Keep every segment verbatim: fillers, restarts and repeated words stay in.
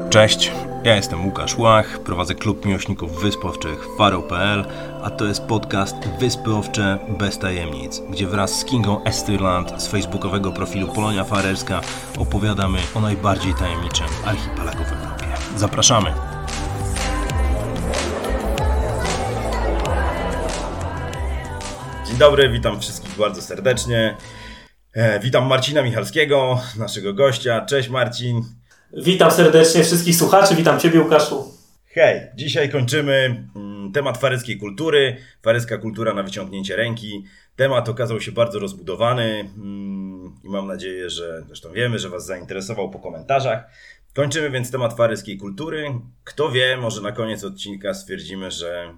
Cześć, ja jestem Łukasz Łach, prowadzę klub miłośników Wysp Owczych faro kropka pe el, a to jest podcast Wyspy Owcze bez tajemnic, gdzie wraz z Kingą Esterland z facebookowego profilu Polonia Farerska opowiadamy o najbardziej tajemniczym archipelagu w Europie. Zapraszamy! Dzień dobry, witam wszystkich bardzo serdecznie. E, witam Marcina Michalskiego, naszego gościa. Cześć Marcin. Witam serdecznie wszystkich słuchaczy, witam Ciebie Łukaszu. Hej, dzisiaj kończymy mm, temat faryckiej kultury, farycka kultura na wyciągnięcie ręki. Temat okazał się bardzo rozbudowany mm, i mam nadzieję, że zresztą wiemy, że Was zainteresował po komentarzach. Kończymy więc temat faryckiej kultury. Kto wie, może na koniec odcinka stwierdzimy, że,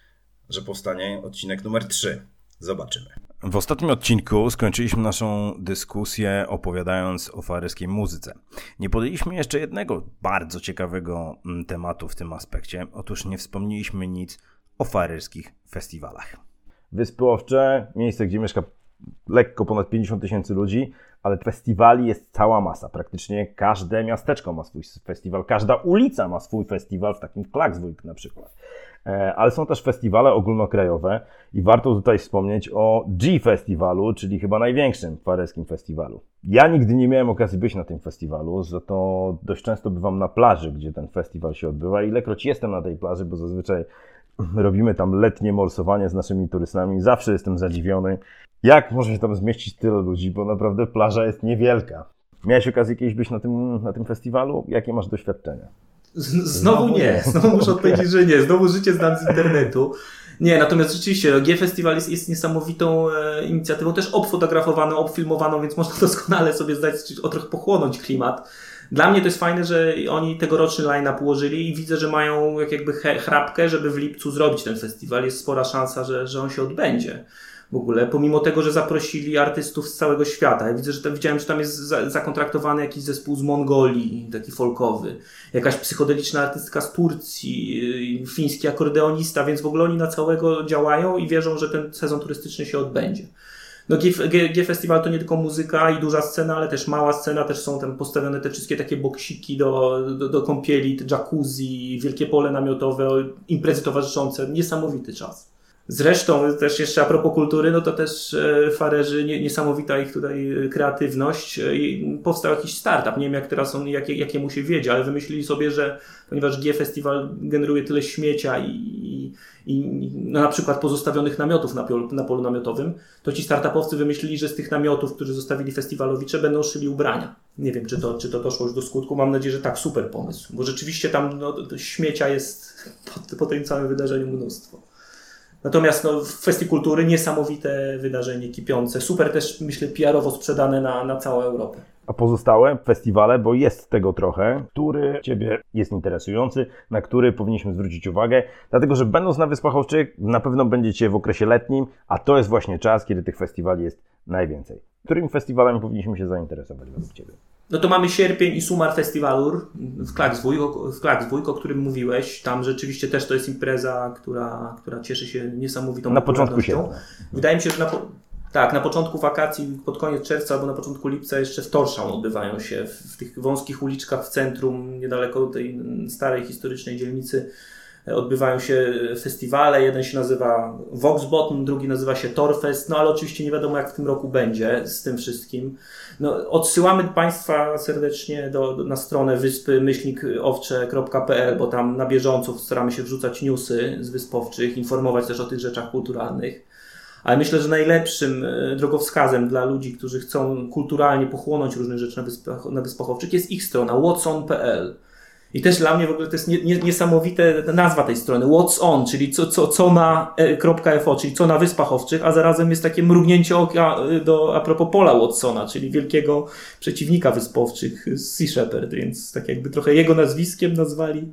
że powstanie odcinek numer trzy. Zobaczymy. W ostatnim odcinku skończyliśmy naszą dyskusję opowiadając o faryskiej muzyce. Nie podjęliśmy jeszcze jednego bardzo ciekawego tematu w tym aspekcie. Otóż nie wspomnieliśmy nic o faryskich festiwalach. Wyspy Owcze, miejsce, gdzie mieszka lekko ponad pięćdziesiąt tysięcy ludzi, ale festiwali jest cała masa. Praktycznie każde miasteczko ma swój festiwal, każda ulica ma swój festiwal, w takim Klaksvik na przykład. Ale są też festiwale ogólnokrajowe i warto tutaj wspomnieć o G-Festiwalu, czyli chyba największym faryjskim festiwalu. Ja nigdy nie miałem okazji być na tym festiwalu, za to dość często bywam na plaży, gdzie ten festiwal się odbywa. Ilekroć jestem na tej plaży, bo zazwyczaj robimy tam letnie morsowanie z naszymi turystami, zawsze jestem zadziwiony, jak może się tam zmieścić tyle ludzi, bo naprawdę plaża jest niewielka. Miałeś okazję kiedyś być na tym, na tym festiwalu? Jakie masz doświadczenia? Znowu, Znowu nie, znowu muszę odpowiedzieć, że nie, znowu życie znam z internetu. Nie, natomiast rzeczywiście G-Festiwal jest, jest niesamowitą e, inicjatywą, też obfotografowaną, obfilmowaną, więc można doskonale sobie zdać, o trochę pochłonąć klimat. Dla mnie to jest fajne, że oni tegoroczny line-up ułożyli i widzę, że mają jak jakby he, chrapkę, żeby w lipcu zrobić ten festiwal. Jest spora szansa, że, że on się odbędzie. W ogóle, pomimo tego, że zaprosili artystów z całego świata. Ja widzę, że tam, widziałem, że tam jest za, zakontraktowany jakiś zespół z Mongolii, taki folkowy, jakaś psychodeliczna artystka z Turcji, fiński akordeonista, więc w ogóle oni na całego działają i wierzą, że ten sezon turystyczny się odbędzie. No G-Festiwal to nie tylko muzyka i duża scena, ale też mała scena, też są tam postawione te wszystkie takie boksiki do, do, do kąpieli, jacuzzi, wielkie pole namiotowe, imprezy towarzyszące, niesamowity czas. Zresztą też jeszcze a propos kultury, no to też Farerzy, niesamowita ich tutaj kreatywność. Powstał jakiś startup, nie wiem jak teraz on, jakie, jakie mu się wiedzie, ale wymyślili sobie, że ponieważ G-Festiwal generuje tyle śmiecia i, i, i no na przykład pozostawionych namiotów na, polu, na polu namiotowym, to ci startupowcy wymyślili, że z tych namiotów, którzy zostawili festiwalowicze, będą szyli ubrania. Nie wiem, czy to, czy to doszło już do skutku. Mam nadzieję, że tak, super pomysł, bo rzeczywiście tam no, śmiecia jest po, po tym całym wydarzeniu mnóstwo. Natomiast no, w kwestii kultury niesamowite wydarzenie, kipiące. Super też, myślę, P R owo sprzedane na, na całą Europę. A pozostałe festiwale, bo jest tego trochę, który Ciebie jest interesujący, na który powinniśmy zwrócić uwagę, dlatego że będąc na Wyspach Owczych, na pewno będziecie w okresie letnim, a to jest właśnie czas, kiedy tych festiwali jest najwięcej. Którymi festiwalami powinniśmy się zainteresować według Ciebie? No to mamy sierpień i Sumar Festivalur w Klaksvik, w Klaksvik, o którym mówiłeś. Tam rzeczywiście też to jest impreza, która, która cieszy się niesamowitą na początku sierpnia. Wydaje mi się, że na, tak, na początku wakacji, pod koniec czerwca albo na początku lipca jeszcze w Tórshavn odbywają się w, w tych wąskich uliczkach w centrum, niedaleko tej starej historycznej dzielnicy. Odbywają się festiwale, jeden się nazywa Voxbottom, drugi nazywa się Torfest, no ale oczywiście nie wiadomo jak w tym roku będzie z tym wszystkim. No, odsyłamy Państwa serdecznie do, do, na stronę wyspy myślnik owcze kropka pe el, bo tam na bieżąco staramy się wrzucać newsy z Wysp Owczych, informować też o tych rzeczach kulturalnych. Ale myślę, że najlepszym drogowskazem dla ludzi, którzy chcą kulturalnie pochłonąć różne rzeczy na Wyspach, na Wyspach Owczych jest ich strona what's on kropka pe el. I też dla mnie w ogóle to jest nie, nie, niesamowite nazwa tej strony, What's On, czyli co, co, co na .fo, czyli co na Wyspach Owczych, a zarazem jest takie mrugnięcie oka do, a propos Paula Watsona, czyli wielkiego przeciwnika Wysp Owczych, Sea Shepherd, więc tak jakby trochę jego nazwiskiem nazwali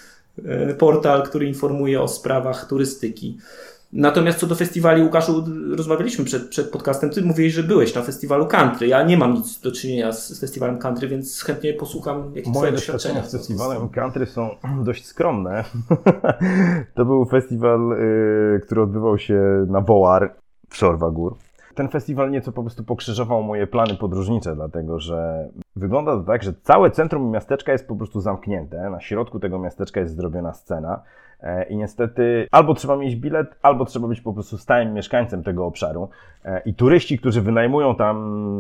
portal, który informuje o sprawach turystyki. Natomiast co do festiwali, Łukaszu, rozmawialiśmy przed, przed podcastem, ty mówiłeś, że byłeś na festiwalu country. Ja nie mam nic do czynienia z, z festiwalem country, więc chętnie posłucham jakieś twoje doświadczenia. Moje doświadczenia z festiwalem country są dość skromne. To był festiwal, y, który odbywał się na Wołar w Szorwa Gór. ten festiwal nieco po prostu pokrzyżował moje plany podróżnicze, dlatego że wygląda to tak, że całe centrum miasteczka jest po prostu zamknięte. Na środku tego miasteczka jest zrobiona scena i niestety albo trzeba mieć bilet, albo trzeba być po prostu stałym mieszkańcem tego obszaru. I turyści, którzy wynajmują tam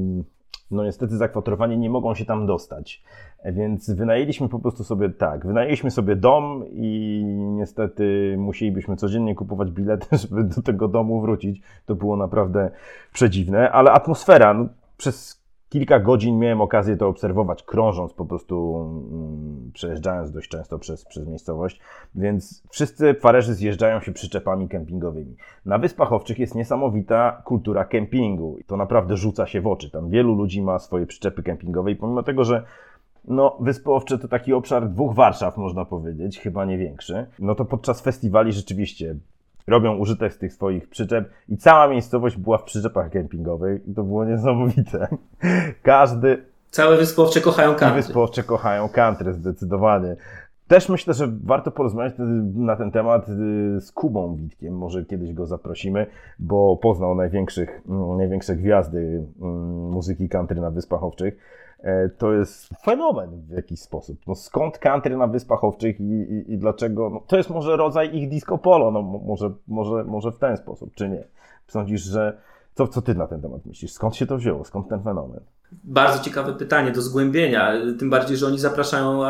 no niestety zakwaterowanie, nie mogą się tam dostać. Więc wynajęliśmy po prostu sobie tak, wynajęliśmy sobie dom i niestety musielibyśmy codziennie kupować bilety, żeby do tego domu wrócić. To było naprawdę przedziwne, ale atmosfera, no, przez kilka godzin miałem okazję to obserwować, krążąc po prostu, mm, przejeżdżając dość często przez, przez miejscowość, więc wszyscy farerzy zjeżdżają się przyczepami kempingowymi. Na Wyspach Owczych jest niesamowita kultura kempingu i to naprawdę rzuca się w oczy. Tam wielu ludzi ma swoje przyczepy kempingowe i pomimo tego, że no, Wyspy Owcze to taki obszar dwóch Warszaw, można powiedzieć, chyba nie większy, no to podczas festiwali rzeczywiście robią użytek z tych swoich przyczep i cała miejscowość była w przyczepach kempingowych i to było niesamowite. Każdy... Całe Wyspy Owcze kochają country. Wyspy Owcze kochają country, zdecydowanie. Też myślę, że warto porozmawiać na ten temat z Kubą Witkiem, może kiedyś go zaprosimy, bo poznał największych, największe gwiazdy muzyki country na Wyspach Owczych. To jest fenomen w jakiś sposób. No skąd country na Wyspach Owczych i, i, i dlaczego? No to jest może rodzaj ich disco polo, no może, może, może w ten sposób, czy nie? Sądzisz, że... Co, co ty na ten temat myślisz? Skąd się to wzięło? Skąd ten fenomen? Bardzo ciekawe pytanie do zgłębienia, tym bardziej, że oni zapraszają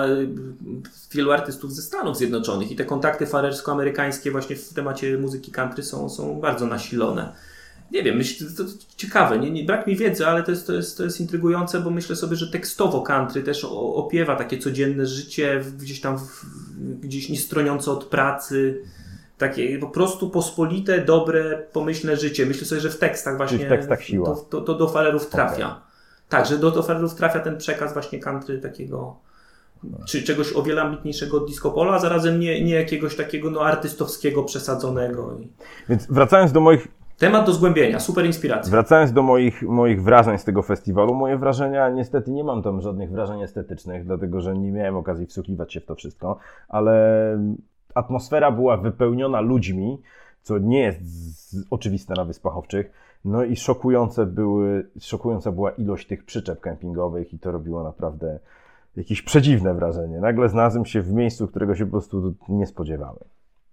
wielu artystów ze Stanów Zjednoczonych i te kontakty farersko-amerykańskie właśnie w temacie muzyki country są, są bardzo nasilone. Nie wiem, myślę, to, to ciekawe, nie, nie, brak mi wiedzy, ale to jest, to, jest, to jest intrygujące, bo myślę sobie, że tekstowo country też opiewa takie codzienne życie, gdzieś tam, w, gdzieś nie stroniące od pracy, takie po prostu pospolite, dobre, pomyślne życie. Myślę sobie, że w tekstach właśnie w tekstach siła. To, to, to do farerów trafia. Okay. Tak, że do, do farerów trafia ten przekaz właśnie country takiego, czy czegoś o wiele ambitniejszego od disco polo, a zarazem nie, nie jakiegoś takiego no, artystowskiego, przesadzonego. Więc wracając do moich Temat do zgłębienia, super inspiracja. Wracając do moich, moich wrażeń z tego festiwalu, moje wrażenia, niestety nie mam tam żadnych wrażeń estetycznych, dlatego że nie miałem okazji wsłuchiwać się w to wszystko, ale atmosfera była wypełniona ludźmi, co nie jest z, oczywiste na Wyspach Owczych, no i szokujące były, szokująca była ilość tych przyczep kempingowych i to robiło naprawdę jakieś przedziwne wrażenie. Nagle znalazłem się w miejscu, którego się po prostu nie spodziewałem.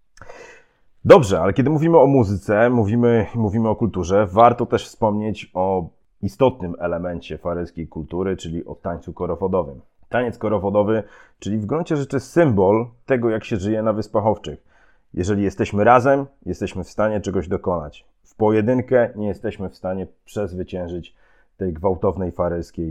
Dobrze, ale kiedy mówimy o muzyce, mówimy, mówimy o kulturze, warto też wspomnieć o istotnym elemencie farerskiej kultury, czyli o tańcu korowodowym. Taniec korowodowy, czyli w gruncie rzeczy symbol tego, jak się żyje na Wyspach Owczych. Jeżeli jesteśmy razem, jesteśmy w stanie czegoś dokonać. W pojedynkę nie jesteśmy w stanie przezwyciężyć tej gwałtownej farerskiej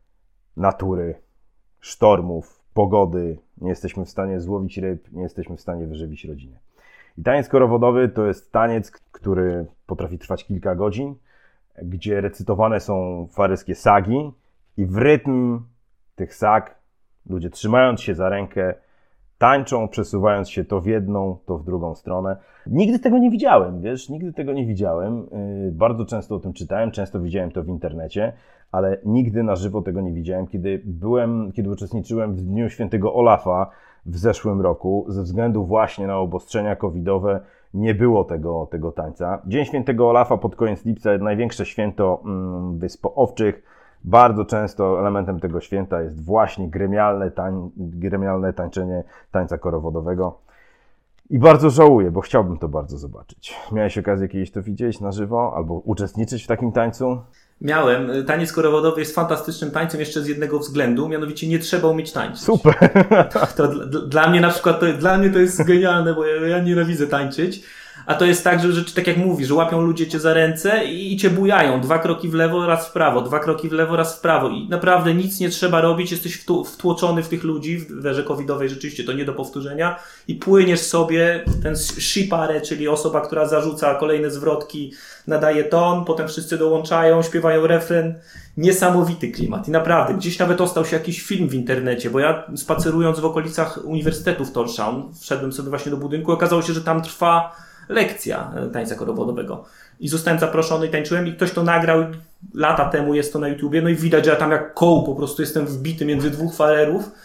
natury, sztormów, pogody. Nie jesteśmy w stanie złowić ryb, nie jesteśmy w stanie wyżywić rodziny. I taniec korowodowy to jest taniec, który potrafi trwać kilka godzin, gdzie recytowane są farerskie sagi i w rytm tych sag ludzie, trzymając się za rękę, tańczą, przesuwając się to w jedną, to w drugą stronę. Nigdy tego nie widziałem, wiesz, nigdy tego nie widziałem. Yy, bardzo często o tym czytałem, często widziałem to w internecie, ale nigdy na żywo tego nie widziałem. Kiedy byłem, kiedy uczestniczyłem w Dniu Świętego Olafa w zeszłym roku, ze względu właśnie na obostrzenia covidowe, nie było tego, tego tańca. Dzień Świętego Olafa pod koniec lipca, największe święto mm, Wysp Owczych. Bardzo często elementem tego święta jest właśnie gremialne, tań, gremialne tańczenie tańca korowodowego. I bardzo żałuję, bo chciałbym to bardzo zobaczyć. Miałeś okazję kiedyś to widzieć na żywo albo uczestniczyć w takim tańcu? Miałem. Taniec korowodowy jest fantastycznym tańcem jeszcze z jednego względu, mianowicie nie trzeba umieć tańczyć. Super! To dla, dla mnie na przykład, to, dla mnie to jest genialne, bo ja, ja nienawidzę tańczyć. A to jest tak, że, że tak jak mówisz, że łapią ludzie cię za ręce i, i cię bujają. Dwa kroki w lewo, raz w prawo. Dwa kroki w lewo, raz w prawo. I naprawdę nic nie trzeba robić. Jesteś wtł- wtłoczony w tych ludzi. W erze covidowej rzeczywiście to nie do powtórzenia. I płyniesz sobie, ten shipare, czyli osoba, która zarzuca kolejne zwrotki, nadaje ton, potem wszyscy dołączają, śpiewają refren. Niesamowity klimat. I naprawdę, gdzieś nawet ostał się jakiś film w internecie, bo ja spacerując w okolicach Uniwersytetu w Tórshavn, wszedłem sobie właśnie do budynku i okazało się, że tam trwa lekcja tańca korowodowego. I zostałem zaproszony i tańczyłem i ktoś to nagrał lata temu, jest to na YouTubie, no i widać, że ja tam jak koł po prostu jestem wbity między dwóch farerów.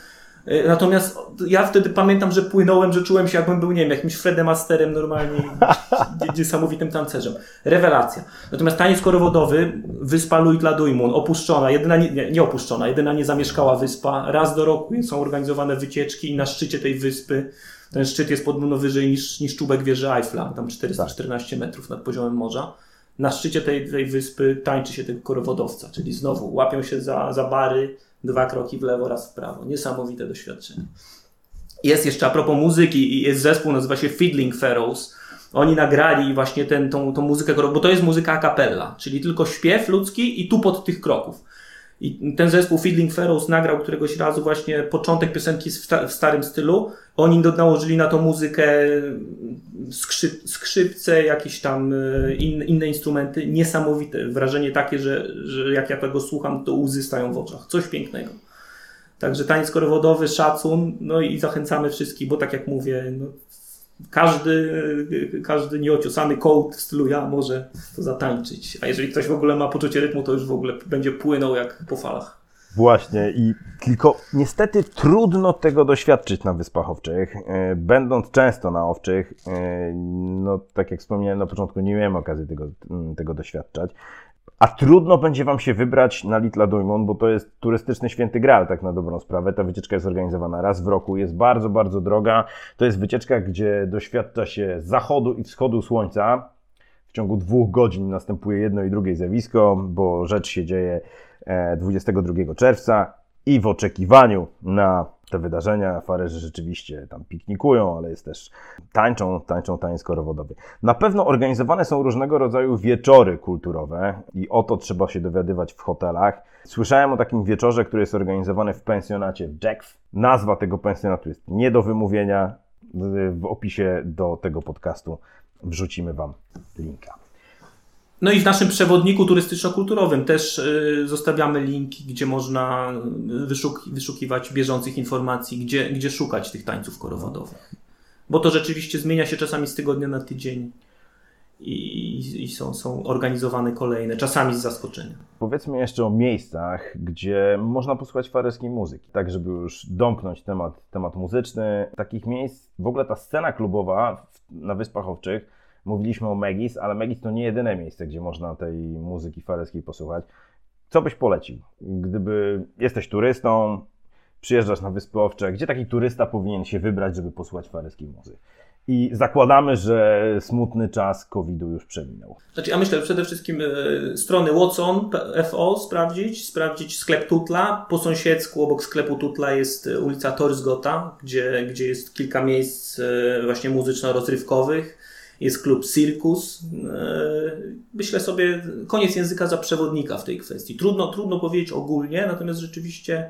Natomiast ja wtedy pamiętam, że płynąłem, że czułem się jakbym był, nie wiem, jakimś Fredem Asterem normalnie, niesamowitym tancerzem. Rewelacja. Natomiast taniec korowodowy, wyspa Luitla-Duimun, opuszczona, jedyna, nie, nie opuszczona, jedyna niezamieszkała wyspa. Raz do roku są organizowane wycieczki i na szczycie tej wyspy, ten szczyt jest podobno wyżej niż, niż czubek wieży Eiffla, tam czterysta czternaście metrów nad poziomem morza. Na szczycie tej, tej wyspy tańczy się tego korowodowca, czyli znowu łapią się za, za bary, dwa kroki w lewo, raz w prawo. Niesamowite doświadczenie. Jest jeszcze, a propos muzyki, jest zespół, nazywa się Fiddling Pharaohs. Oni nagrali właśnie ten, tą, tą muzykę, bo to jest muzyka a cappella, czyli tylko śpiew ludzki i tupot tych kroków. I ten zespół Fiddling Pharaohs nagrał któregoś razu właśnie początek piosenki w starym stylu. Oni nałożyli na tą muzykę skrzyp, skrzypce, jakieś tam in, inne instrumenty. Niesamowite. Wrażenie takie, że, że jak ja tego słucham, to łzy stają w oczach. Coś pięknego. Także taniec korowodowy, szacun, no i zachęcamy wszystkich, bo tak jak mówię, no, każdy, każdy nieociosany kołd w stylu ja może to zatańczyć. A jeżeli ktoś w ogóle ma poczucie rytmu, to już w ogóle będzie płynął jak po falach. Właśnie i tylko niestety trudno tego doświadczyć na Wyspach Owczych. Będąc często na Owczych, no tak jak wspomniałem na początku, nie miałem okazji tego, tego doświadczać. A trudno będzie Wam się wybrać na Luitla-Duimun, bo to jest turystyczny święty graal, tak na dobrą sprawę. Ta wycieczka jest organizowana raz w roku, jest bardzo, bardzo droga. To jest wycieczka, gdzie doświadcza się zachodu i wschodu słońca. W ciągu dwóch godzin następuje jedno i drugie zjawisko, bo rzecz się dzieje dwudziestego drugiego czerwca i w oczekiwaniu na te wydarzenia farerzy rzeczywiście tam piknikują, ale jest też tańczą, tańczą taniec korowodowy. Na pewno organizowane są różnego rodzaju wieczory kulturowe i o to trzeba się dowiadywać w hotelach. Słyszałem o takim wieczorze, który jest organizowany w pensjonacie w Jackw. Nazwa tego pensjonatu jest nie do wymówienia. W opisie do tego podcastu wrzucimy Wam linka. No i w naszym przewodniku turystyczno-kulturowym też y, zostawiamy linki, gdzie można wyszuk- wyszukiwać bieżących informacji, gdzie, gdzie szukać tych tańców korowodowych. Bo to rzeczywiście zmienia się czasami z tygodnia na tydzień i, i są, są organizowane kolejne, czasami z zaskoczenia. Powiedzmy jeszcze o miejscach, gdzie można posłuchać fareskiej muzyki, tak żeby już domknąć temat, temat muzyczny. Takich miejsc, w ogóle ta scena klubowa na Wyspach Owczych, mówiliśmy o Megis, ale Megis to nie jedyne miejsce, gdzie można tej muzyki fareskiej posłuchać. Co byś polecił? Gdyby jesteś turystą, przyjeżdżasz na Wyspy Owcze, gdzie taki turysta powinien się wybrać, żeby posłuchać fareskiej muzyki? I zakładamy, że smutny czas kowida już przeminął. Znaczy, ja myślę, że przede wszystkim e, strony Watson kropka f o sprawdzić, sprawdzić sklep Tutla. Po sąsiedzku obok sklepu Tutla jest ulica Torsgata, gdzie, gdzie jest kilka miejsc e, właśnie muzyczno-rozrywkowych. Jest klub Circus. Myślę sobie, koniec języka za przewodnika w tej kwestii. Trudno, trudno powiedzieć ogólnie, natomiast rzeczywiście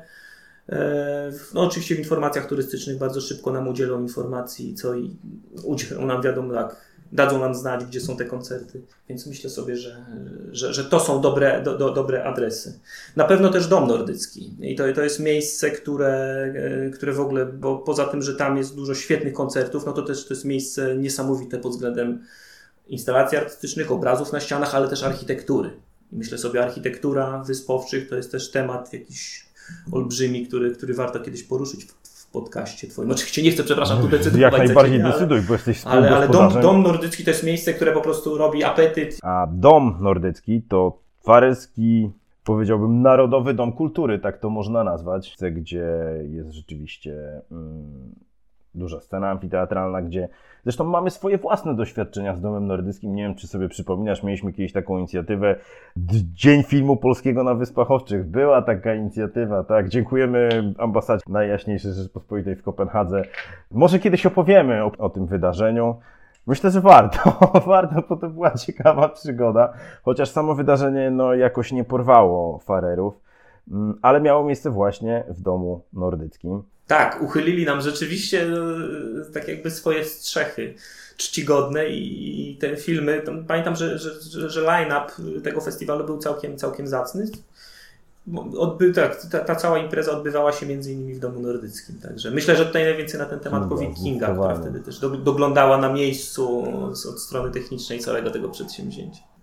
no oczywiście w informacjach turystycznych bardzo szybko nam udzielą informacji, co i udzielą nam, wiadomo, tak, dadzą nam znać, gdzie są te koncerty. Więc myślę sobie, że, że, że to są dobre, do, do, dobre adresy. Na pewno też Dom Nordycki. I to, to jest miejsce, które, które w ogóle, bo poza tym, że tam jest dużo świetnych koncertów, no to też to jest miejsce niesamowite pod względem instalacji artystycznych, obrazów na ścianach, ale też architektury. I myślę sobie, architektura Wysp Owczych to jest też temat jakiś olbrzymi, który, który warto kiedyś poruszyć w, w podcaście twoim. Oczywiście nie chcę, przepraszam, tu decydować. Jak najbardziej ale, decyduj, bo jesteś Ale, ale dom, dom Nordycki to jest miejsce, które po prostu robi apetyt. A Dom Nordycki to fareski, powiedziałbym, narodowy dom kultury, tak to można nazwać, gdzie jest rzeczywiście mm, duża scena amfiteatralna, gdzie zresztą mamy swoje własne doświadczenia z Domem Nordyckim. Nie wiem, czy sobie przypominasz, mieliśmy kiedyś taką inicjatywę Dzień Filmu Polskiego na Wyspach Owczych. Była taka inicjatywa, tak. Dziękujemy ambasadzie Najjaśniejszej Rzeczypospolitej w Kopenhadze. Może kiedyś opowiemy o, o tym wydarzeniu. Myślę, że warto, warto, bo to była ciekawa przygoda, chociaż samo wydarzenie no, jakoś nie porwało farerów, ale miało miejsce właśnie w Domu Nordyckim. Tak, uchylili nam rzeczywiście tak jakby swoje strzechy czcigodne i, i te filmy, tam, pamiętam, że, że, że, że line-up tego festiwalu był całkiem, całkiem zacny. Odby, tak, ta, ta cała impreza odbywała się między innymi w Domu Nordyckim, także myślę, że tutaj najwięcej na ten temat Kinga, powie Kinga, która wtedy też do, doglądała na miejscu z, od strony technicznej całego tego przedsięwzięcia.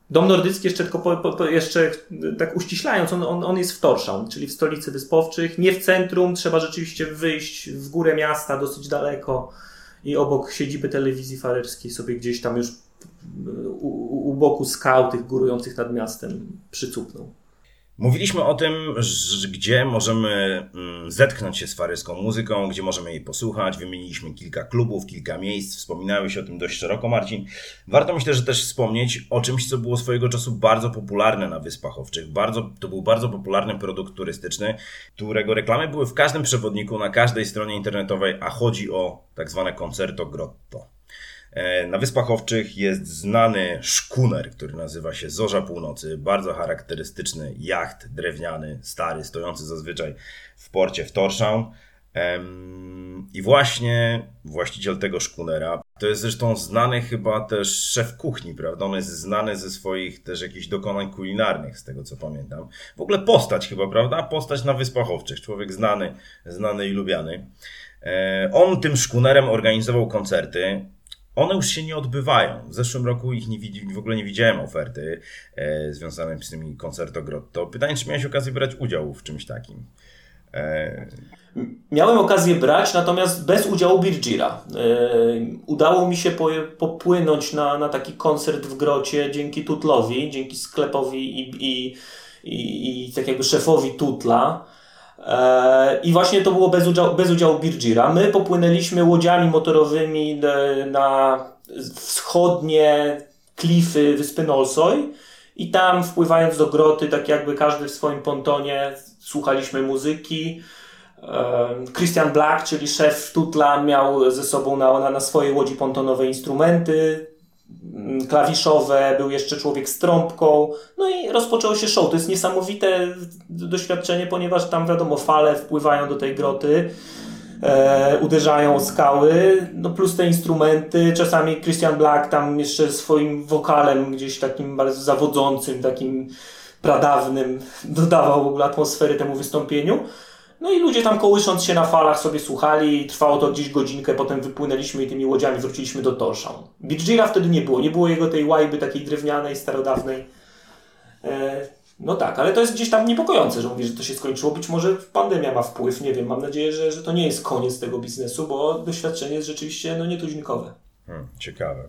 Dom Nordycki jeszcze tylko po, po, jeszcze tak uściślając, on, on, on jest w Tórshavn, czyli w stolicy Wyspowczych, nie w centrum, trzeba rzeczywiście wyjść w górę miasta dosyć daleko i obok siedziby telewizji farerskiej sobie gdzieś tam już u, u boku skał tych górujących nad miastem przycupnął. Mówiliśmy o tym, że gdzie możemy zetknąć się z farerską muzyką, gdzie możemy jej posłuchać. Wymieniliśmy kilka klubów, kilka miejsc, wspominałeś o tym dość szeroko, Marcin. Warto myślę, że też wspomnieć o czymś, co było swojego czasu bardzo popularne na Wyspach Owczych. Bardzo, to był bardzo popularny produkt turystyczny, którego reklamy były w każdym przewodniku, na każdej stronie internetowej, a chodzi o tak zwane Concerto Grotto. Na Wyspach Owczych jest znany szkuner, który nazywa się Zorza Północy. Bardzo charakterystyczny jacht drewniany, stary, stojący zazwyczaj w porcie w Tórshavn. I właśnie właściciel tego szkunera, to jest zresztą znany chyba też szef kuchni, prawda? On jest znany ze swoich też jakichś dokonań kulinarnych, z tego co pamiętam. W ogóle postać chyba, prawda? Postać na Wyspach Owczych. Człowiek znany, znany i lubiany. On tym szkunerem organizował koncerty. One już się nie odbywają. W zeszłym roku ich nie widzi, w ogóle nie widziałem oferty e, związanej z tymi Concerto Grotto. Pytanie, czy miałeś okazję brać udział w czymś takim? E... Miałem okazję brać, natomiast bez udziału Birgira. E, udało mi się po, popłynąć na, na taki koncert w Grocie dzięki Tutlowi, dzięki sklepowi i, i, i, i tak jakby szefowi Tutla. I właśnie to było bez udziału, bez udziału Birgira. My popłynęliśmy łodziami motorowymi na wschodnie klify wyspy Nolsoj i tam wpływając do groty, tak jakby każdy w swoim pontonie, słuchaliśmy muzyki. Christian Black, czyli szef Tutla, miał ze sobą na, na swojej łodzi pontonowej instrumenty klawiszowe, był jeszcze człowiek z trąbką, no i rozpoczęło się show. To jest niesamowite doświadczenie, ponieważ tam wiadomo, fale wpływają do tej groty, e, uderzają o skały, no plus te instrumenty, czasami Christian Black tam jeszcze swoim wokalem gdzieś takim bardzo zawodzącym, takim pradawnym dodawał w ogóle atmosfery temu wystąpieniu. No i ludzie tam kołysząc się na falach sobie słuchali, trwało to gdzieś godzinkę, potem wypłynęliśmy i tymi łodziami wróciliśmy do Tórshavn. Birgira wtedy nie było, nie było jego tej łajby takiej drewnianej, starodawnej. E, no tak, ale to jest gdzieś tam niepokojące, że mówię, że to się skończyło. Być może pandemia ma wpływ, nie wiem, mam nadzieję, że, że to nie jest koniec tego biznesu, bo doświadczenie jest rzeczywiście no, nietuzinkowe. Hmm, ciekawe.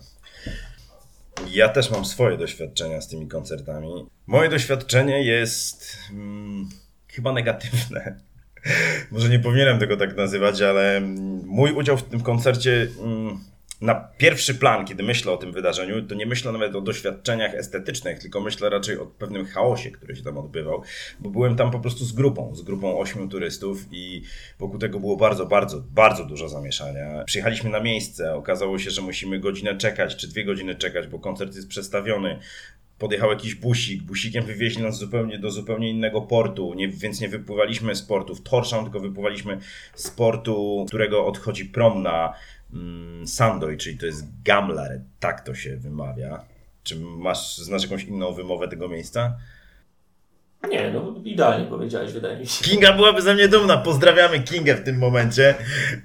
Ja też mam swoje doświadczenia z tymi koncertami. Moje doświadczenie jest hmm, chyba negatywne. Może nie powinienem tego tak nazywać, ale mój udział w tym koncercie na pierwszy plan, kiedy myślę o tym wydarzeniu, to nie myślę nawet o doświadczeniach estetycznych, tylko myślę raczej o pewnym chaosie, który się tam odbywał, bo byłem tam po prostu z grupą, z grupą ośmiu turystów i wokół tego było bardzo, bardzo, bardzo dużo zamieszania. Przyjechaliśmy na miejsce, okazało się, że musimy godzinę czekać, czy dwie godziny czekać, bo koncert jest przestawiony. Podjechał jakiś busik, busikiem wywieźli nas zupełnie do zupełnie innego portu, nie, więc nie wypływaliśmy z portu w Tórshavn, tylko wypływaliśmy z portu, którego odchodzi prom na mm, Sandoy, czyli to jest Gamlar, tak to się wymawia. Czy masz, znasz jakąś inną wymowę tego miejsca? Nie, no idealnie powiedziałeś, wydaje mi się. Kinga byłaby ze mnie dumna, pozdrawiamy Kingę w tym momencie.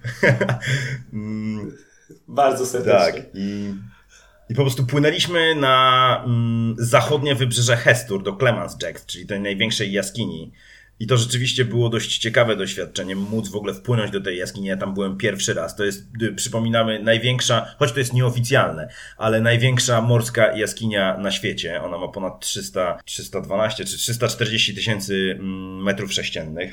Bardzo serdecznie. Tak, i... I po prostu płynęliśmy na mm, zachodnie wybrzeże Hestur do Clemensjack, czyli tej największej jaskini. I to rzeczywiście było dość ciekawe doświadczenie, móc w ogóle wpłynąć do tej jaskini. Ja tam byłem pierwszy raz. To jest, przypominamy, największa, choć to jest nieoficjalne, ale największa morska jaskinia na świecie. Ona ma ponad trzysta, trzysta dwanaście czy trzysta czterdzieści tysięcy metrów sześciennych.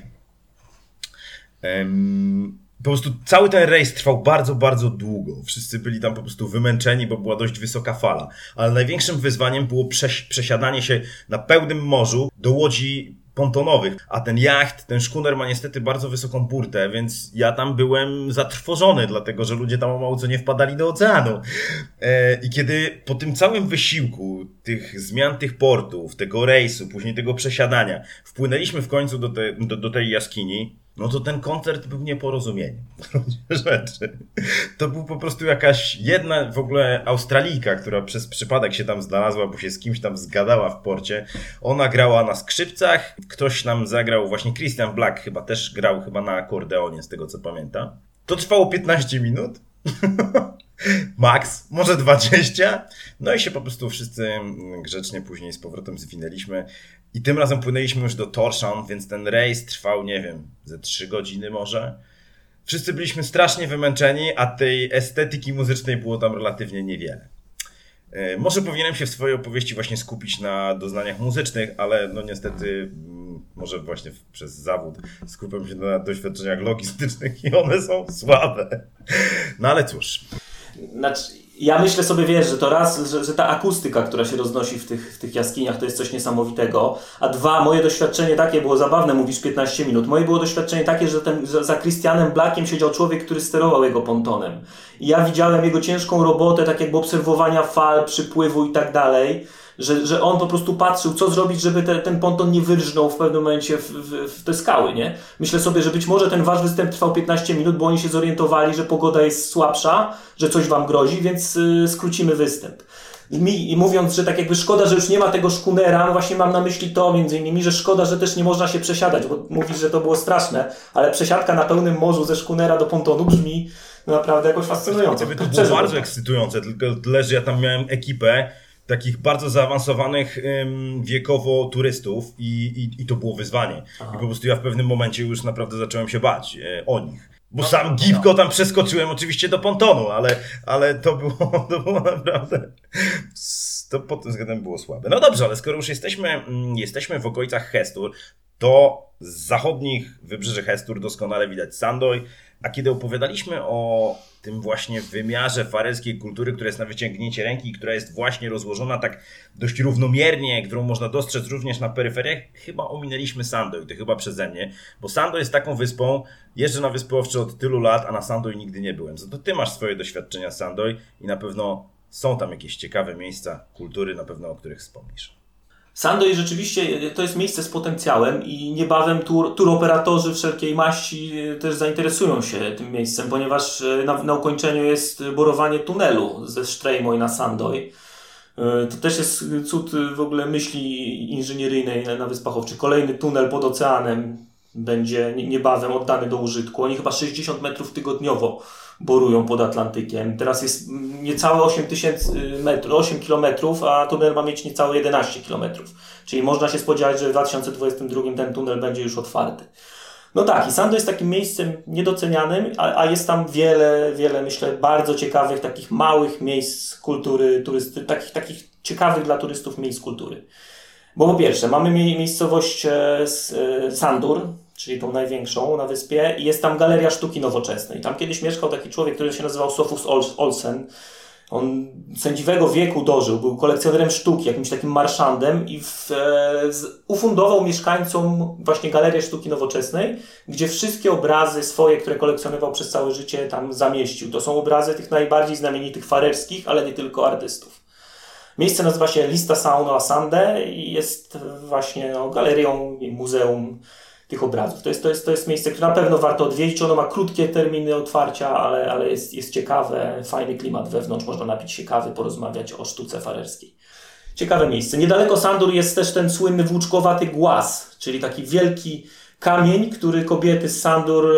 Um, Po prostu cały ten rejs trwał bardzo, bardzo długo. Wszyscy byli tam po prostu wymęczeni, bo była dość wysoka fala. Ale największym wyzwaniem było prześ- przesiadanie się na pełnym morzu do łodzi pontonowych. A ten jacht, ten szkuner ma niestety bardzo wysoką burtę, więc ja tam byłem zatrwożony, dlatego że ludzie tam o mało co nie wpadali do oceanu. E, I kiedy po tym całym wysiłku tych zmian tych portów, tego rejsu, później tego przesiadania, wpłynęliśmy w końcu do, te, do, do tej jaskini, no to ten koncert był nieporozumieniem. rzeczy. To był po prostu jakaś jedna w ogóle Australijka, która przez przypadek się tam znalazła, bo się z kimś tam zgadała w porcie. Ona grała na skrzypcach, ktoś nam zagrał, właśnie Christian Black chyba też grał chyba na akordeonie, z tego co pamiętam. To trwało piętnaście minut. Max, może dwadzieścia. No i się po prostu wszyscy grzecznie później z powrotem zwinęliśmy. I tym razem płynęliśmy już do Tórshavn, więc ten rejs trwał, nie wiem, ze trzy godziny może. Wszyscy byliśmy strasznie wymęczeni, a tej estetyki muzycznej było tam relatywnie niewiele. Może powinienem się w swojej opowieści właśnie skupić na doznaniach muzycznych, ale no niestety może właśnie przez zawód skupiam się na doświadczeniach logistycznych i one są słabe. No ale cóż. Znaczy, ja myślę sobie, wiesz, że to raz, że, że ta akustyka, która się roznosi w tych, w tych jaskiniach, to jest coś niesamowitego, a dwa, moje doświadczenie takie było zabawne, mówisz piętnaście minut, moje było doświadczenie takie, że ten, za, za Christianem Blackiem siedział człowiek, który sterował jego pontonem. I ja widziałem jego ciężką robotę, tak jakby obserwowania fal, przypływu i tak dalej, że, że on po prostu patrzył, co zrobić, żeby te, ten ponton nie wyrżnął w pewnym momencie w, w, w te skały, nie? Myślę sobie, że być może ten wasz występ trwał piętnaście minut, bo oni się zorientowali, że pogoda jest słabsza, że coś wam grozi, więc yy, skrócimy występ. I, mi, I mówiąc, że tak jakby szkoda, że już nie ma tego szkunera, no właśnie mam na myśli to między innymi, że szkoda, że też nie można się przesiadać, bo mówisz, że to było straszne, ale przesiadka na pełnym morzu ze szkunera do pontonu brzmi naprawdę jakoś fascynująco. To było bardzo ekscytujące, tylko tyle, że ja tam miałem ekipę takich bardzo zaawansowanych ym, wiekowo turystów i, i, i to było wyzwanie. Aha. I po prostu ja w pewnym momencie już naprawdę zacząłem się bać e, o nich. Bo no, sam gipko tam przeskoczyłem oczywiście do pontonu, ale, ale to, było, to było naprawdę... To pod tym względem było słabe. No dobrze, ale skoro już jesteśmy, mm, jesteśmy w okolicach Hestur, to z zachodnich wybrzeży Hestur doskonale widać Sandoy, a kiedy opowiadaliśmy o tym właśnie wymiarze farerskiej kultury, która jest na wyciągnięcie ręki i która jest właśnie rozłożona tak dość równomiernie, którą można dostrzec również na peryferiach, chyba ominęliśmy Sandoy, to chyba przeze mnie, bo Sandoy jest taką wyspą, jeżdżę na Wyspy Owcze od tylu lat, a na Sandoy nigdy nie byłem. Za to ty masz swoje doświadczenia z Sandoy i na pewno są tam jakieś ciekawe miejsca kultury, na pewno o których wspomnisz. Sandoy rzeczywiście to jest miejsce z potencjałem i niebawem tur, turoperatorzy wszelkiej maści też zainteresują się tym miejscem, ponieważ na, na ukończeniu jest borowanie tunelu ze Streymoy na Sandoy. To też jest cud w ogóle myśli inżynieryjnej na Wyspach Owczych. Kolejny tunel pod oceanem będzie niebawem oddany do użytku. Oni chyba sześćdziesiąt metrów tygodniowo borują pod Atlantykiem. Teraz jest niecałe osiem tysięcy metrów, osiem kilometrów, a tunel ma mieć niecałe jedenaście kilometrów. Czyli można się spodziewać, że w dwa tysiące dwudziestym drugim ten tunel będzie już otwarty. No tak, i Sandoy jest takim miejscem niedocenianym, a, a jest tam wiele, wiele, myślę, bardzo ciekawych, takich małych miejsc kultury, turysty, takich, takich ciekawych dla turystów miejsc kultury. Bo po pierwsze, mamy miejscowość e, Sandur, czyli tą największą na wyspie, i jest tam Galeria Sztuki Nowoczesnej. Tam kiedyś mieszkał taki człowiek, który się nazywał Sofus Olsen. On sędziwego wieku dożył, był kolekcjonerem sztuki, jakimś takim marszandem i w, e, z, ufundował mieszkańcom właśnie Galerię Sztuki Nowoczesnej, gdzie wszystkie obrazy swoje, które kolekcjonował przez całe życie, tam zamieścił. To są obrazy tych najbardziej znamienitych farerskich, ale nie tylko artystów. Miejsce nazywa się Lista Sauno a Sande i jest właśnie no, galerią i muzeum tych obrazów. To jest, to, jest, to jest miejsce, które na pewno warto odwiedzić. Ono ma krótkie terminy otwarcia, ale, ale jest, jest ciekawe, fajny klimat wewnątrz. Można napić się kawy, porozmawiać o sztuce farerskiej. Ciekawe miejsce. Niedaleko Sandur jest też ten słynny włóczkowaty głaz, czyli taki wielki kamień, który kobiety z Sandur,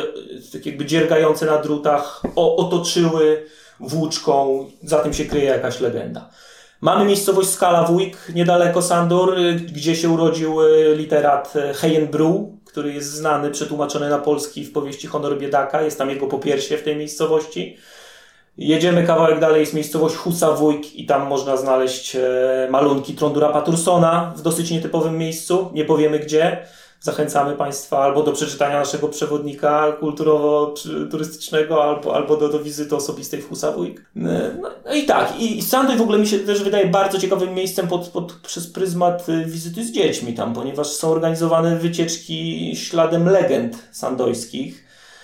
tak jakby dziergające na drutach, o, otoczyły włóczką. Za tym się kryje jakaś legenda. Mamy miejscowość Skala Wujk, niedaleko Sandur, gdzie się urodził literat Heyen Bru, który jest znany, przetłumaczony na polski w powieści Honor Biedaka. Jest tam jego popiersie w tej miejscowości. Jedziemy kawałek dalej, jest miejscowość Husa Wujk i tam można znaleźć malunki Trondura Patursona w dosyć nietypowym miejscu. Nie powiemy gdzie. Zachęcamy Państwa albo do przeczytania naszego przewodnika kulturowo-turystycznego, albo, albo do, do wizyty osobistej w Husa Wujk. No, no i tak, i Sandoy w ogóle mi się też wydaje bardzo ciekawym miejscem pod, pod, przez pryzmat wizyty z dziećmi tam, ponieważ są organizowane wycieczki śladem legend sandojskich.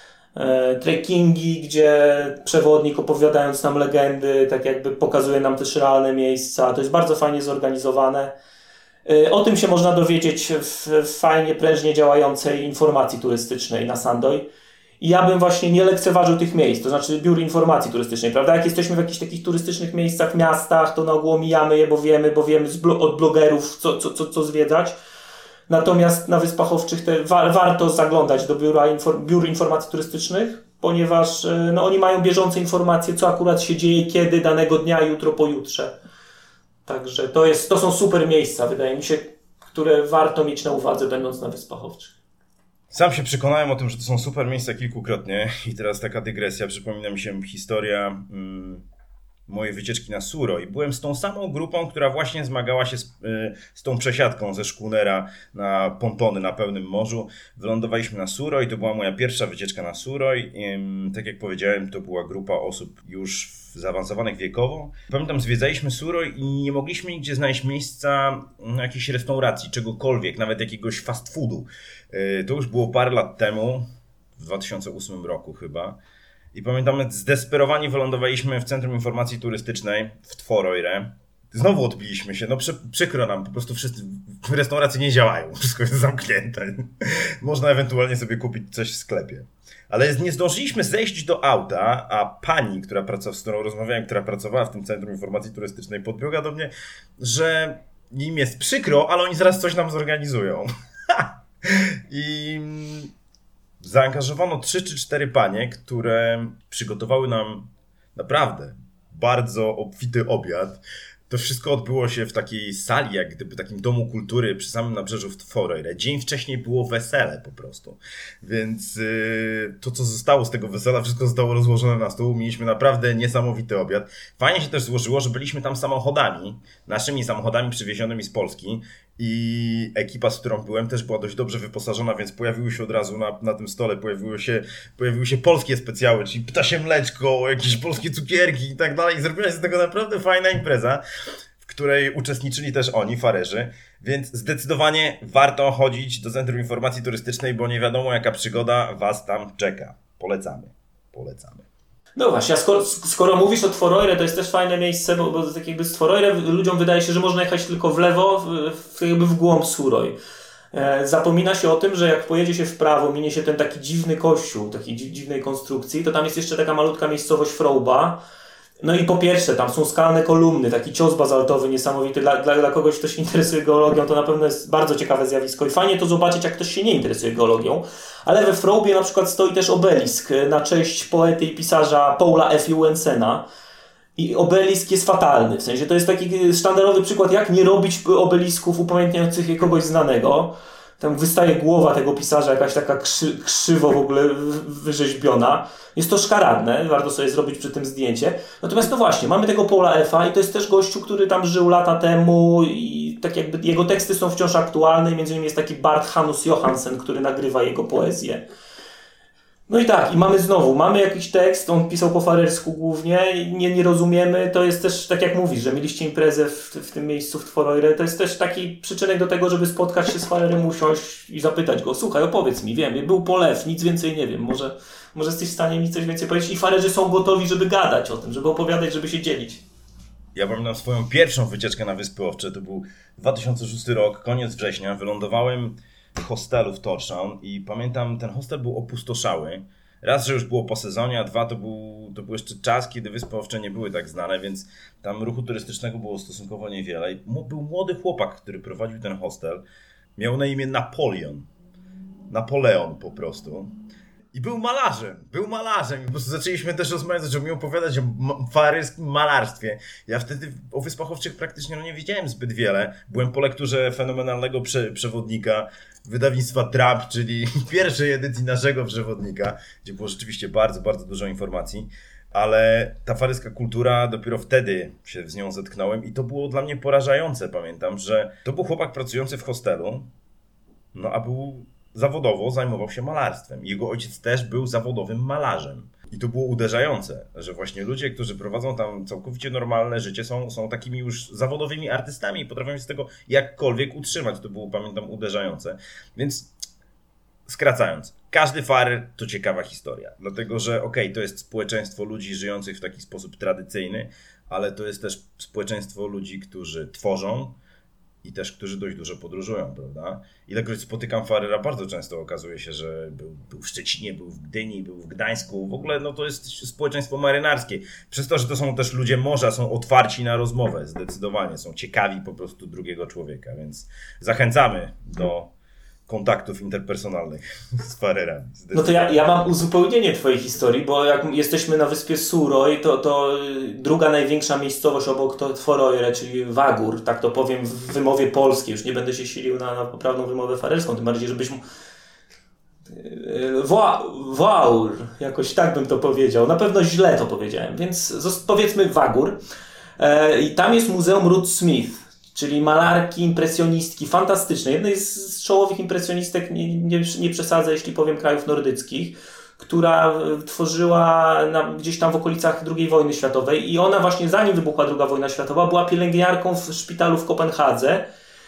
E, trekkingi, gdzie przewodnik, opowiadając nam legendy, tak jakby pokazuje nam też realne miejsca. To jest bardzo fajnie zorganizowane. O tym się można dowiedzieć w fajnie, prężnie działającej informacji turystycznej na Sandoy. I ja bym właśnie nie lekceważył tych miejsc, to znaczy biur informacji turystycznej, prawda? Jak jesteśmy w jakichś takich turystycznych miejscach, miastach, to na ogół omijamy je, bo wiemy, bo wiemy z blo- od blogerów, co, co, co, co zwiedzać. Natomiast na Wyspach Owczych te wa- warto zaglądać do biura infor- biur informacji turystycznych. ponieważ no, oni mają bieżące informacje, co akurat się dzieje, kiedy, danego dnia, jutro, pojutrze. Także to, jest, to są super miejsca, wydaje mi się, które warto mieć na uwadze, będąc na Wyspach Owczych. Sam się przekonałem o tym, że to są super miejsca kilkukrotnie i teraz taka dygresja, przypomina mi się historia mm, mojej wycieczki na Suroy. Byłem z tą samą grupą, która właśnie zmagała się z, y, z tą przesiadką ze szkunera na pontony na pełnym morzu. Wylądowaliśmy na Suroy, to była moja pierwsza wycieczka na Suroy. I, tak jak powiedziałem, to była grupa osób już zaawansowanych wiekowo. Pamiętam, zwiedzaliśmy Suroy i nie mogliśmy nigdzie znaleźć miejsca na jakiejś restauracji, czegokolwiek, nawet jakiegoś fast foodu. Y, to już było parę lat temu, w dwa tysiące ósmym roku chyba. I pamiętam, zdesperowani wylądowaliśmy w Centrum Informacji Turystycznej w Tvoroyre. Znowu odbiliśmy się, no przy, przykro nam, po prostu wszyscy restauracje nie działają, wszystko jest zamknięte. Można ewentualnie sobie kupić coś w sklepie. Ale nie zdążyliśmy zejść do auta, a pani, która pracowała, z którą rozmawiałem, która pracowała w tym Centrum Informacji Turystycznej, podbiegła do mnie, że im jest przykro, ale oni zaraz coś nam zorganizują. I zaangażowano trzy czy cztery panie, które przygotowały nam naprawdę bardzo obfity obiad. To wszystko odbyło się w takiej sali, jak gdyby takim domu kultury przy samym nabrzeżu w Tvoroyre. Dzień wcześniej było wesele po prostu. Więc yy, to, co zostało z tego wesela, wszystko zostało rozłożone na stół. Mieliśmy naprawdę niesamowity obiad. Fajnie się też złożyło, że byliśmy tam samochodami, naszymi samochodami przywiezionymi z Polski. I ekipa, z którą byłem, też była dość dobrze wyposażona, więc pojawiły się od razu na, na tym stole, pojawiły się, pojawiły się polskie specjały, czyli ptasie mleczko, jakieś polskie cukierki i tak dalej. Zrobiła się z tego naprawdę fajna impreza, w której uczestniczyli też oni, farerzy, więc zdecydowanie warto chodzić do Centrum Informacji Turystycznej, bo nie wiadomo, jaka przygoda was tam czeka. Polecamy, polecamy. No właśnie, a skoro, skoro mówisz o Tvoroyre, to jest też fajne miejsce, bo, bo tak jakby z Tvoroyre ludziom wydaje się, że można jechać tylko w lewo, w, w, jakby w głąb Suroy. E, zapomina się o tym, że jak pojedzie się w prawo, minie się ten taki dziwny kościół, takiej dzi, dziwnej konstrukcji, to tam jest jeszcze taka malutka miejscowość Frouba. No i po pierwsze, tam są skalne kolumny, taki cios bazaltowy niesamowity. Dla, dla, dla kogoś, kto się interesuje geologią, to na pewno jest bardzo ciekawe zjawisko i fajnie to zobaczyć, jak ktoś się nie interesuje geologią. Ale we Froubie na przykład stoi też obelisk na cześć poety i pisarza Paula F. Jensena. I obelisk jest fatalny, w sensie to jest taki sztandarowy przykład, jak nie robić obelisków upamiętniających kogoś znanego. Tam wystaje głowa tego pisarza, jakaś taka krzy, krzywo w ogóle wyrzeźbiona. Jest to szkaradne, warto sobie zrobić przy tym zdjęcie. Natomiast no właśnie, mamy tego Paula F.a i to jest też gościu, który tam żył lata temu i tak jakby jego teksty są wciąż aktualne i między innymi jest taki Bart Hanus Johansen, który nagrywa jego poezję. No i tak, i mamy znowu, mamy jakiś tekst, on pisał po farersku głównie, nie, nie rozumiemy, to jest też, tak jak mówisz, że mieliście imprezę w, w tym miejscu w Tvoroyre, to jest też taki przyczynek do tego, żeby spotkać się z farerem, usiąść i zapytać go, słuchaj, opowiedz mi, wiem, był polew, nic więcej nie wiem, może, może jesteś w stanie mi coś więcej powiedzieć i farerzy są gotowi, żeby gadać o tym, żeby opowiadać, żeby się dzielić. Ja pamiętam swoją pierwszą wycieczkę na Wyspy Owcze, to był dwa tysiące szósty rok, koniec września, wylądowałem w hostelu w Tórshavn i pamiętam, ten hostel był opustoszały. Raz, że już było po sezonie, a dwa, to był, to był jeszcze czas, kiedy Wyspy Owcze nie były tak znane, więc tam ruchu turystycznego było stosunkowo niewiele. I był młody chłopak, który prowadził ten hostel. Miał na imię Napoleon. Napoleon po prostu. I był malarzem, był malarzem i po prostu zaczęliśmy też rozmawiać, zaczął mi opowiadać o farerskim malarstwie. Ja wtedy o Wyspach Owczych praktycznie no, nie wiedziałem zbyt wiele. Byłem po lekturze fenomenalnego prze- przewodnika wydawnictwa Trap, czyli pierwszej edycji naszego przewodnika, gdzie było rzeczywiście bardzo, bardzo dużo informacji. Ale ta farerska kultura, dopiero wtedy się z nią zetknąłem i to było dla mnie porażające. Pamiętam, że to był chłopak pracujący w hostelu, no a był... zawodowo zajmował się malarstwem. Jego ojciec też był zawodowym malarzem. I to było uderzające, że właśnie ludzie, którzy prowadzą tam całkowicie normalne życie, są, są takimi już zawodowymi artystami i potrafią się z tego jakkolwiek utrzymać. To było, pamiętam, uderzające. Więc skracając, każdy farer to ciekawa historia. Dlatego, że okej, okay, to jest społeczeństwo ludzi żyjących w taki sposób tradycyjny, ale to jest też społeczeństwo ludzi, którzy tworzą, i też, którzy dość dużo podróżują, prawda? Ilekroć spotykam farera, bardzo często okazuje się, że był, był w Szczecinie, był w Gdyni, był w Gdańsku. W ogóle no, to jest społeczeństwo marynarskie. Przez to, że to są też ludzie morza, są otwarci na rozmowę, zdecydowanie. Są ciekawi po prostu drugiego człowieka, więc zachęcamy do kontaktów interpersonalnych z farerami. No to ja, ja mam uzupełnienie twojej historii, bo jak jesteśmy na wyspie Suroy, to, to druga największa miejscowość obok to Tvoroyre, czyli Wagur, tak to powiem w wymowie polskiej, już nie będę się silił na, na poprawną wymowę farerską, tym bardziej, żebyś Waur, jakoś tak bym to powiedział, na pewno źle to powiedziałem, więc powiedzmy Wagur. E, i tam jest Muzeum Ruth Smith, czyli malarki, impresjonistki, fantastycznej, jednej z, z czołowych impresjonistek, nie, nie, nie przesadzę, jeśli powiem, krajów nordyckich, która tworzyła na, gdzieś tam w okolicach drugiej wojny światowej i ona właśnie zanim wybuchła druga wojna światowa była pielęgniarką w szpitalu w Kopenhadze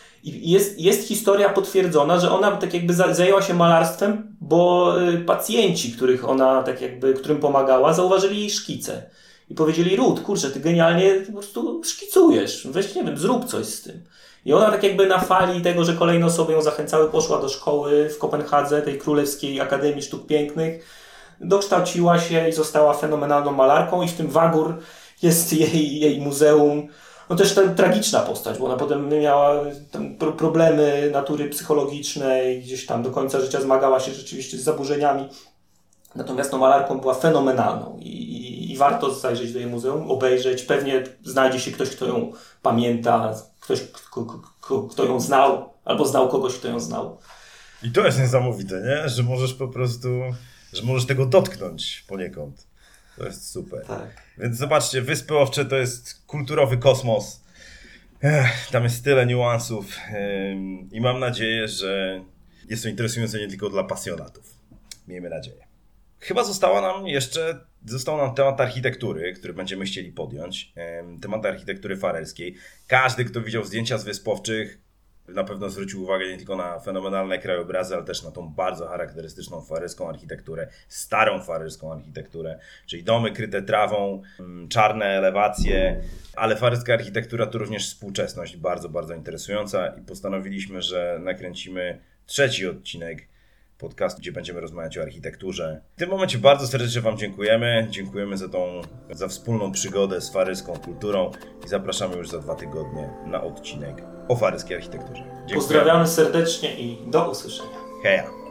i jest, jest historia potwierdzona, że ona tak jakby zajęła się malarstwem, bo pacjenci, których ona tak jakby, którym pomagała, zauważyli jej szkice. I powiedzieli, Ruth, kurczę, ty genialnie po prostu szkicujesz, weź, nie wiem, zrób coś z tym. I ona tak jakby na fali tego, że kolejne osoby ją zachęcały, poszła do szkoły w Kopenhadze, tej Królewskiej Akademii Sztuk Pięknych, dokształciła się i została fenomenalną malarką i w tym Wagur jest jej, jej muzeum. No też ta tragiczna postać, bo ona potem miała tam problemy natury psychologicznej, gdzieś tam do końca życia zmagała się rzeczywiście z zaburzeniami. Natomiast no, malarką była fenomenalną i, i, i warto zajrzeć do jej muzeum, obejrzeć. Pewnie znajdzie się ktoś, kto ją pamięta, ktoś, kto, kto, kto ją znał, albo znał kogoś, kto ją znał. I to jest niesamowite, nie? Że możesz po prostu, że możesz tego dotknąć poniekąd. To jest super. Tak. Więc zobaczcie, Wyspy Owcze to jest kulturowy kosmos. Ech, tam jest tyle niuansów ym, i mam nadzieję, że jest to interesujące nie tylko dla pasjonatów. Miejmy nadzieję. Chyba została nam jeszcze, został nam temat architektury, który będziemy chcieli podjąć. Temat architektury farerskiej. Każdy, kto widział zdjęcia z Wysp Owczych, na pewno zwrócił uwagę nie tylko na fenomenalne krajobrazy, ale też na tą bardzo charakterystyczną farerską architekturę, starą farerską architekturę, czyli domy kryte trawą, czarne elewacje, ale farerska architektura to również współczesność, bardzo, bardzo interesująca i postanowiliśmy, że nakręcimy trzeci odcinek podcast, gdzie będziemy rozmawiać o architekturze. W tym momencie bardzo serdecznie Wam dziękujemy. Dziękujemy za tą, za wspólną przygodę z farerską kulturą i zapraszamy już za dwa tygodnie na odcinek o farerskiej architekturze. Dziękujemy. Pozdrawiamy serdecznie i do usłyszenia. Heja!